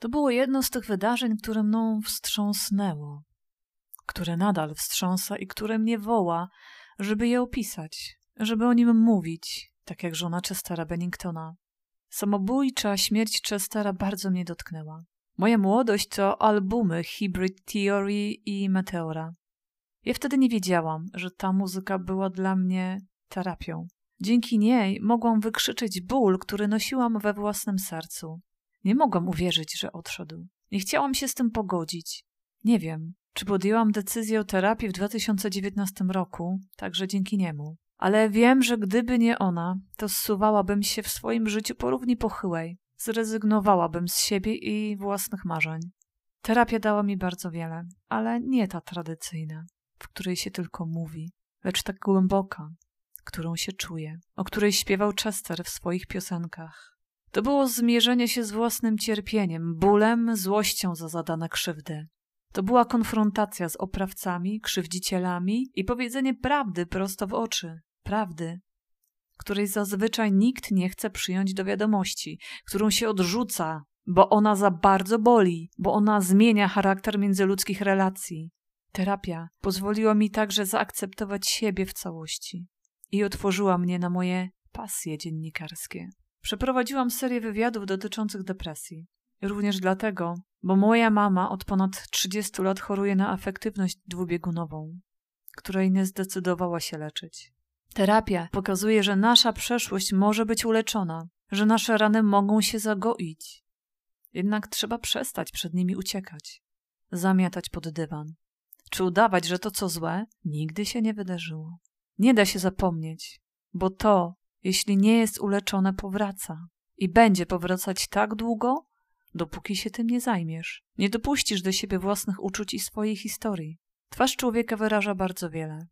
To było jedno z tych wydarzeń, które mną wstrząsnęło, które nadal wstrząsa i które mnie woła, żeby je opisać, żeby o nim mówić, tak jak żona Chestera Benningtona. Samobójcza śmierć Chestera bardzo mnie dotknęła. Moja młodość to albumy Hybrid Theory i Meteora. Ja wtedy nie wiedziałam, że ta muzyka była dla mnie terapią. Dzięki niej mogłam wykrzyczeć ból, który nosiłam we własnym sercu. Nie mogłam uwierzyć, że odszedł. Nie chciałam się z tym pogodzić. Nie wiem, czy podjęłam decyzję o terapii w 2019 roku, także dzięki niemu. Ale wiem, że gdyby nie ona, to zsuwałabym się w swoim życiu po równi pochyłej. Zrezygnowałabym z siebie i własnych marzeń. Terapia dała mi bardzo wiele, ale nie ta tradycyjna, w której się tylko mówi, lecz tak głęboka, którą się czuje, o której śpiewał Chester w swoich piosenkach. To było zmierzenie się z własnym cierpieniem, bólem, złością za zadane krzywdy. To była konfrontacja z oprawcami, krzywdzicielami i powiedzenie prawdy prosto w oczy. Prawdy, której zazwyczaj nikt nie chce przyjąć do wiadomości, którą się odrzuca, bo ona za bardzo boli, bo ona zmienia charakter międzyludzkich relacji. Terapia pozwoliła mi także zaakceptować siebie w całości i otworzyła mnie na moje pasje dziennikarskie. Przeprowadziłam serię wywiadów dotyczących depresji. Również dlatego, bo moja mama od ponad 30 lat choruje na afektywność dwubiegunową, której nie zdecydowała się leczyć. Terapia pokazuje, że nasza przeszłość może być uleczona, że nasze rany mogą się zagoić. Jednak trzeba przestać przed nimi uciekać, zamiatać pod dywan, czy udawać, że to, co złe, nigdy się nie wydarzyło. Nie da się zapomnieć, bo to, jeśli nie jest uleczone, powraca i będzie powracać tak długo, dopóki się tym nie zajmiesz. Nie dopuścisz do siebie własnych uczuć i swojej historii. Twarz człowieka wyraża bardzo wiele.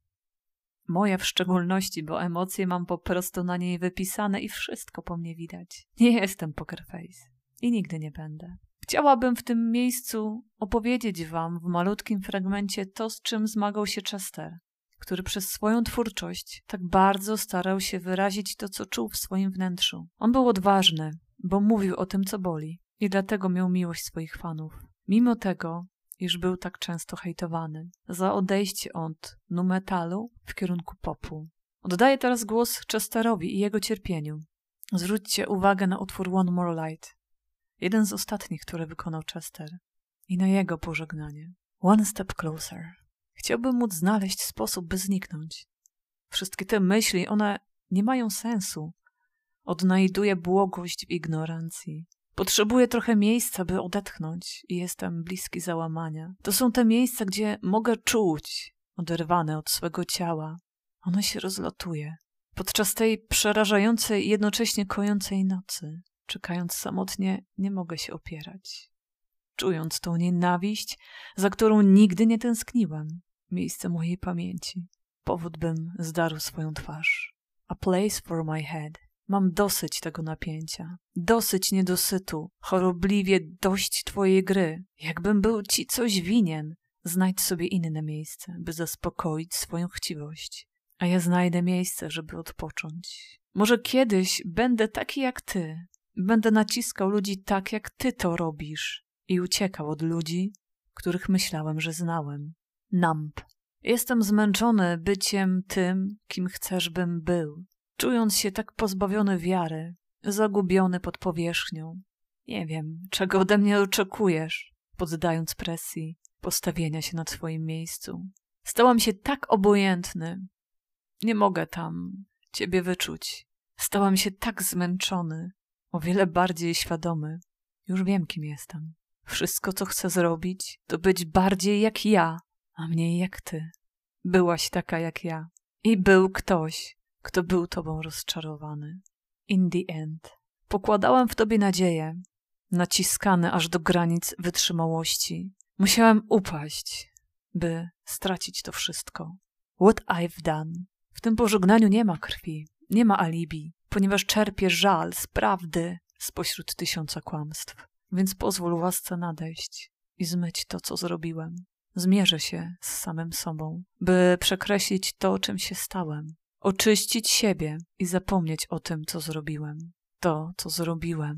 Moja w szczególności, bo emocje mam po prostu na niej wypisane i wszystko po mnie widać. Nie jestem poker face i nigdy nie będę. Chciałabym w tym miejscu opowiedzieć wam w malutkim fragmencie to, z czym zmagał się Chester, który przez swoją twórczość tak bardzo starał się wyrazić to, co czuł w swoim wnętrzu. On był odważny, bo mówił o tym, co boli i dlatego miał miłość swoich fanów. Mimo tego, iż był tak często hejtowany za odejście od nu metalu w kierunku popu. Oddaję teraz głos Chesterowi i jego cierpieniu. Zwróćcie uwagę na utwór One More Light, jeden z ostatnich, które wykonał Chester, i na jego pożegnanie. One step closer. Chciałbym móc znaleźć sposób, by zniknąć. Wszystkie te myśli, one nie mają sensu. Odnajduję błogość w ignorancji. Potrzebuję trochę miejsca, by odetchnąć i jestem bliski załamania. To są te miejsca, gdzie mogę czuć, oderwane od swego ciała. Ono się rozlatuje. Podczas tej przerażającej i jednocześnie kojącej nocy, czekając samotnie, nie mogę się opierać. Czując tą nienawiść, za którą nigdy nie tęskniłem, miejsce mojej pamięci, powód bym zdarł swoją twarz. A place for my head. Mam dosyć tego napięcia, dosyć niedosytu, chorobliwie dość twojej gry. Jakbym był ci coś winien, znajdź sobie inne miejsce, by zaspokoić swoją chciwość. A ja znajdę miejsce, żeby odpocząć. Może kiedyś będę taki jak ty. Będę naciskał ludzi tak, jak ty to robisz. I uciekał od ludzi, których myślałem, że znałem. Numb. Jestem zmęczony byciem tym, kim chcesz, bym był. Czując się tak pozbawiony wiary, zagubiony pod powierzchnią. Nie wiem, czego ode mnie oczekujesz, poddając presji postawienia się na twoim miejscu. Stałam się tak obojętny. Nie mogę tam ciebie wyczuć. Stałam się tak zmęczony, o wiele bardziej świadomy. Już wiem, kim jestem. Wszystko, co chcę zrobić, to być bardziej jak ja, a mniej jak ty. Byłaś taka jak ja. I był ktoś, kto był tobą rozczarowany. In the end. Pokładałem w tobie nadzieję, naciskany aż do granic wytrzymałości. Musiałem upaść, by stracić to wszystko. What I've done. W tym pożegnaniu nie ma krwi, nie ma alibi, ponieważ czerpię żal z prawdy spośród 1000 kłamstw. Więc pozwól łasce nadejść i zmyć to, co zrobiłem. Zmierzę się z samym sobą, by przekreślić to, czym się stałem. Oczyścić siebie i zapomnieć o tym, co zrobiłem. To, co zrobiłem,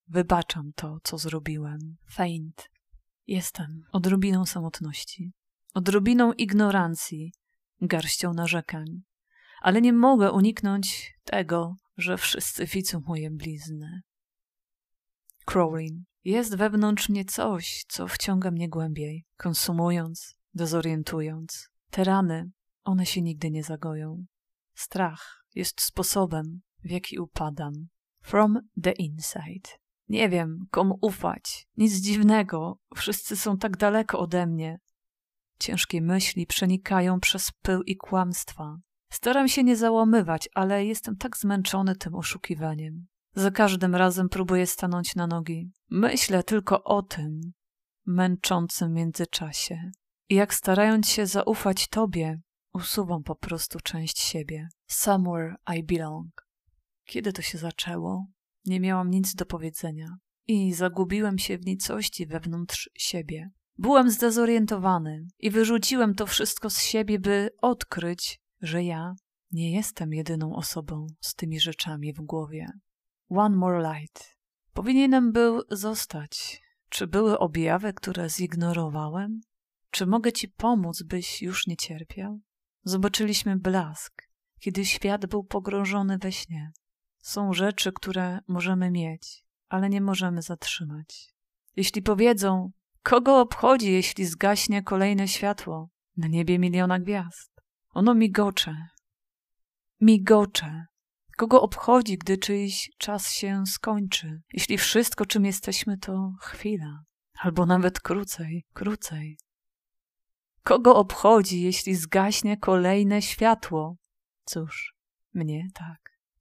Wybaczam to, co zrobiłem. Faint. Jestem odrobiną samotności, odrobiną ignorancji, garścią narzekań. Ale nie mogę uniknąć tego, że wszyscy widzą moje blizny. Crawling. Jest wewnątrz mnie coś, co wciąga mnie głębiej, konsumując, dezorientując. Te rany, one się nigdy nie zagoją. Strach jest sposobem, w jaki upadam. From the inside. Nie wiem, komu ufać. Nic dziwnego, wszyscy są tak daleko ode mnie. Ciężkie myśli przenikają przez pył i kłamstwa. Staram się nie załamywać, ale jestem tak zmęczony tym oszukiwaniem. Za każdym razem próbuję stanąć na nogi. Myślę tylko o tym męczącym międzyczasie. I jak starając się zaufać Tobie, usuwam po prostu część siebie. Somewhere I belong. Kiedy to się zaczęło? Nie miałam nic do powiedzenia i zagubiłem się w nicości wewnątrz siebie. Byłem zdezorientowany i wyrzuciłem to wszystko z siebie, by odkryć, że ja nie jestem jedyną osobą z tymi rzeczami w głowie. One more light. Powinienem był zostać. Czy były objawy, które zignorowałem? Czy mogę ci pomóc, byś już nie cierpiał? Zobaczyliśmy blask, kiedy świat był pogrążony we śnie. Są rzeczy, które możemy mieć, ale nie możemy zatrzymać. Jeśli powiedzą, kogo obchodzi, jeśli zgaśnie kolejne światło na niebie miliona gwiazd? Ono migocze. Migocze. Kogo obchodzi, gdy czyjś czas się skończy? Jeśli wszystko, czym jesteśmy, to chwila. Albo nawet krócej. Kogo obchodzi, jeśli zgaśnie kolejne światło? Cóż, mnie tak.